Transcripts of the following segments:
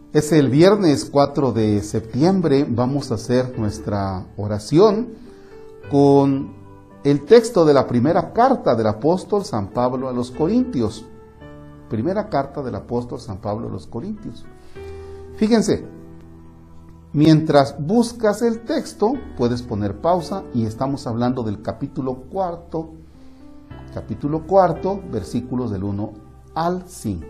Es el viernes 4 de septiembre, vamos a hacer nuestra oración con el texto de la primera carta del apóstol San Pablo a los Corintios. Primera carta del apóstol San Pablo a los Corintios. Fíjense, mientras buscas el texto, puedes poner pausa y estamos hablando del capítulo cuarto, versículos del 1 al 5.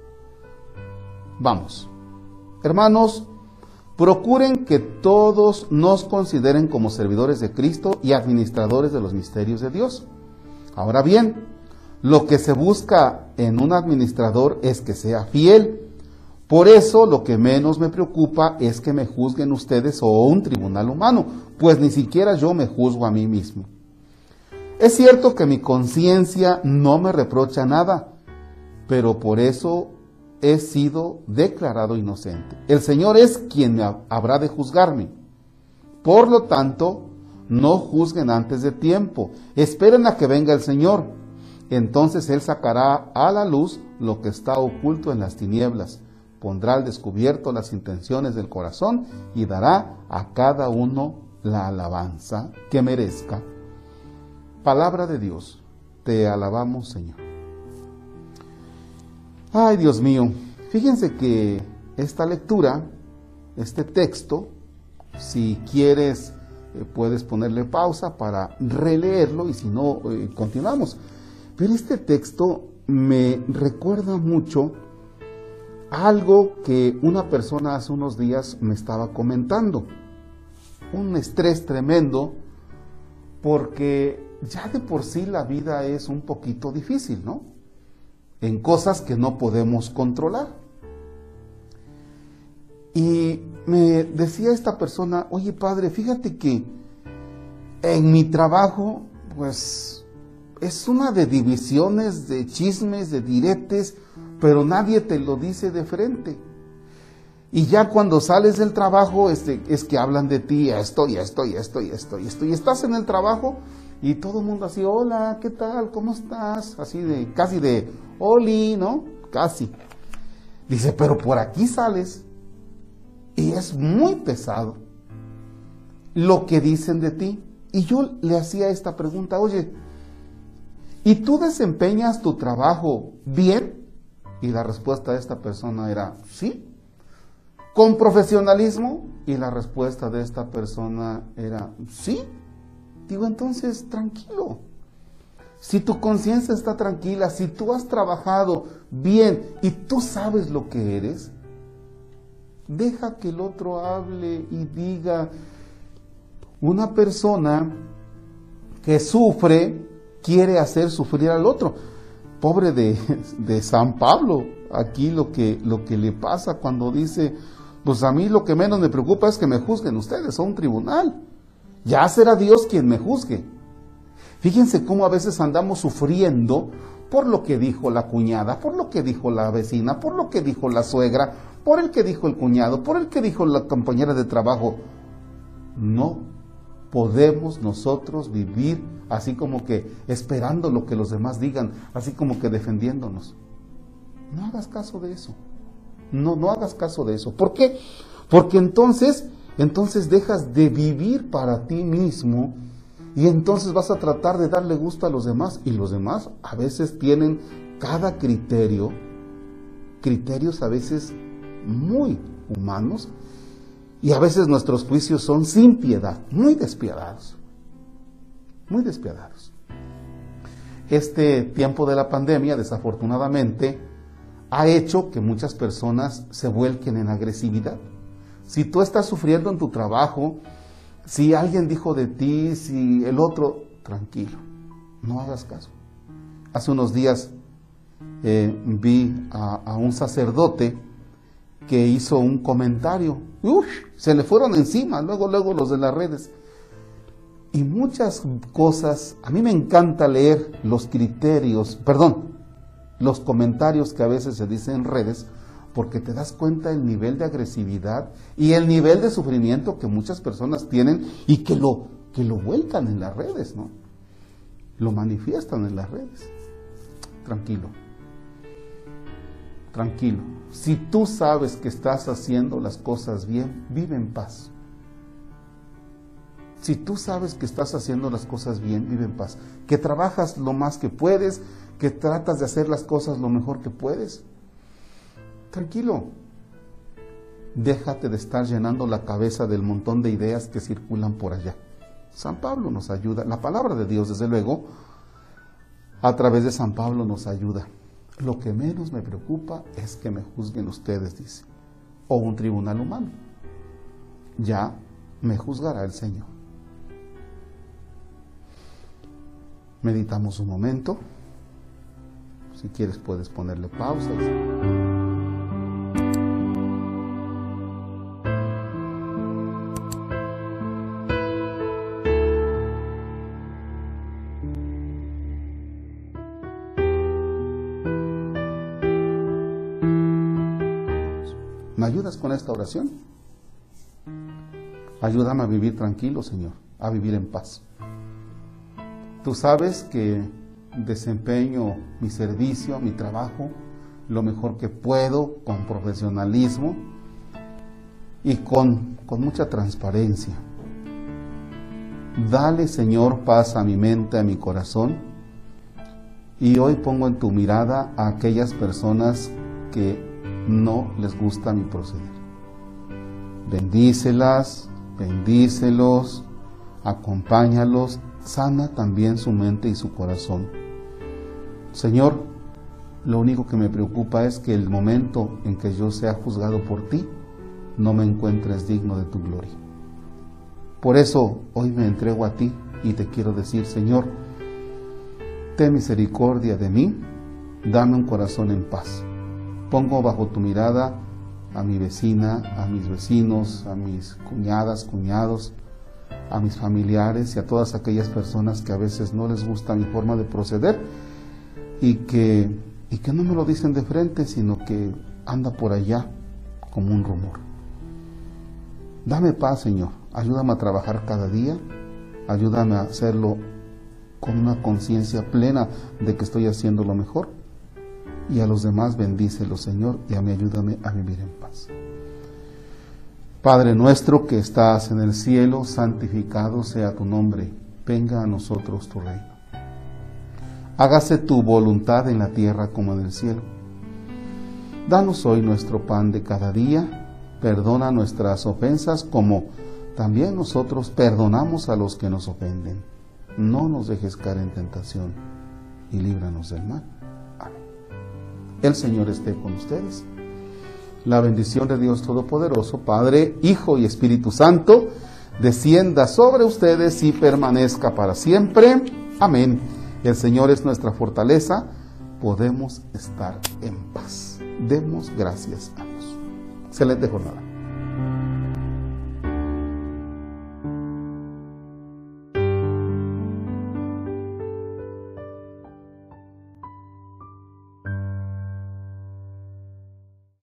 Vamos. Hermanos, procuren que todos nos consideren como servidores de Cristo y administradores de los misterios de Dios. Ahora bien, lo que se busca en un administrador es que sea fiel. Por eso lo que menos me preocupa es que me juzguen ustedes o un tribunal humano, pues ni siquiera yo me juzgo a mí mismo. Es cierto que mi conciencia no me reprocha nada, pero por eso he sido declarado inocente. El Señor es quien habrá de juzgarme. Por lo tanto, no juzguen antes de tiempo. Esperen a que venga el Señor. Entonces Él sacará a la luz lo que está oculto en las tinieblas. Pondrá al descubierto las intenciones del corazón y dará a cada uno la alabanza que merezca. Palabra de Dios. Te alabamos, Señor. Ay, Dios mío, fíjense que esta lectura, este texto, si quieres puedes ponerle pausa para releerlo y si no, continuamos. Pero este texto me recuerda mucho algo que una persona hace unos días me estaba comentando. Un estrés tremendo porque ya de por sí la vida es un poquito difícil, ¿no? En cosas que no podemos controlar. Y me decía esta persona, oye padre, fíjate que en mi trabajo, pues, es una de divisiones, de chismes, de diretes, pero nadie te lo dice de frente. Y ya cuando sales del trabajo, es que hablan de ti, esto, y estás en el trabajo, y todo el mundo así, hola, ¿qué tal? ¿Cómo estás? Así casi de, oli, ¿no? Casi. Dice, pero por aquí sales y es muy pesado lo que dicen de ti. Y yo le hacía esta pregunta, oye, ¿y tú desempeñas tu trabajo bien? Y la respuesta de esta persona era, sí. ¿Con profesionalismo? Y la respuesta de esta persona era, sí. Digo, entonces, tranquilo. Si tu conciencia está tranquila, si tú has trabajado bien y tú sabes lo que eres, deja que el otro hable y diga. Una persona que sufre quiere hacer sufrir al otro. Pobre de San Pablo, aquí lo que le pasa cuando dice, pues a mí lo que menos me preocupa es que me juzguen ustedes, a un tribunal. Ya será Dios quien me juzgue. Fíjense cómo a veces andamos sufriendo por lo que dijo la cuñada, por lo que dijo la vecina, por lo que dijo la suegra, por el que dijo el cuñado, por el que dijo la compañera de trabajo. No podemos nosotros vivir así como que esperando lo que los demás digan, así como que defendiéndonos. No hagas caso de eso. No hagas caso de eso. ¿Por qué? Porque entonces dejas de vivir para ti mismo y entonces vas a tratar de darle gusto a los demás, y los demás a veces tienen cada criterios a veces muy humanos, y a veces nuestros juicios son sin piedad, muy despiadados. Este tiempo de la pandemia, desafortunadamente, ha hecho que muchas personas se vuelquen en agresividad. Si tú estás sufriendo en tu trabajo, si alguien dijo de ti, si el otro, tranquilo, no hagas caso. Hace unos días vi a un sacerdote que hizo un comentario. Se le fueron encima, luego los de las redes. Y muchas cosas, a mí me encanta leer los comentarios que a veces se dicen en redes, porque te das cuenta del nivel de agresividad y el nivel de sufrimiento que muchas personas tienen y que lo vuelcan en las redes, ¿no? Lo manifiestan en las redes. Tranquilo. tranquilo. Si tú sabes que estás haciendo las cosas bien, vive en paz. Si tú sabes que estás haciendo las cosas bien, vive en paz. Que trabajas lo más que puedes, que tratas de hacer las cosas lo mejor que puedes. Tranquilo. Déjate de estar llenando la cabeza del montón de ideas que circulan por allá. San Pablo nos ayuda. La palabra de Dios, desde luego, a través de San Pablo nos ayuda. Lo que menos me preocupa es que me juzguen ustedes, dice. O un tribunal humano. Ya me juzgará el Señor. Meditamos un momento. Si quieres puedes ponerle pausa. ¿Me ayudas con esta oración? Ayúdame a vivir tranquilo, Señor, a vivir en paz. Tú sabes que desempeño mi servicio, mi trabajo, lo mejor que puedo, con profesionalismo y con mucha transparencia. Dale, Señor, paz a mi mente, a mi corazón. Y hoy pongo en tu mirada a aquellas personas que no les gusta mi proceder. Bendícelas, bendícelos, acompáñalos, sana también su mente y su corazón. Señor, lo único que me preocupa es que el momento en que yo sea juzgado por ti, no me encuentres digno de tu gloria. Por eso hoy me entrego a ti y te quiero decir, Señor, ten misericordia de mí, dame un corazón en paz. Pongo bajo tu mirada a mi vecina, a mis vecinos, a mis cuñadas, cuñados, a mis familiares y a todas aquellas personas que a veces no les gusta mi forma de proceder y que no me lo dicen de frente, sino que anda por allá como un rumor. Dame paz, Señor. Ayúdame a trabajar cada día. Ayúdame a hacerlo con una conciencia plena de que estoy haciendo lo mejor. Y a los demás bendícelos, Señor, y a mí ayúdame a vivir en paz. Padre nuestro que estás en el cielo, santificado sea tu nombre. Venga a nosotros tu reino. Hágase tu voluntad en la tierra como en el cielo. Danos hoy nuestro pan de cada día. Perdona nuestras ofensas como también nosotros perdonamos a los que nos ofenden. No nos dejes caer en tentación y líbranos del mal. Amén. El Señor esté con ustedes. La bendición de Dios Todopoderoso, Padre, Hijo y Espíritu Santo, descienda sobre ustedes y permanezca para siempre. Amén. El Señor es nuestra fortaleza. Podemos estar en paz. Demos gracias a Dios. Excelente jornada.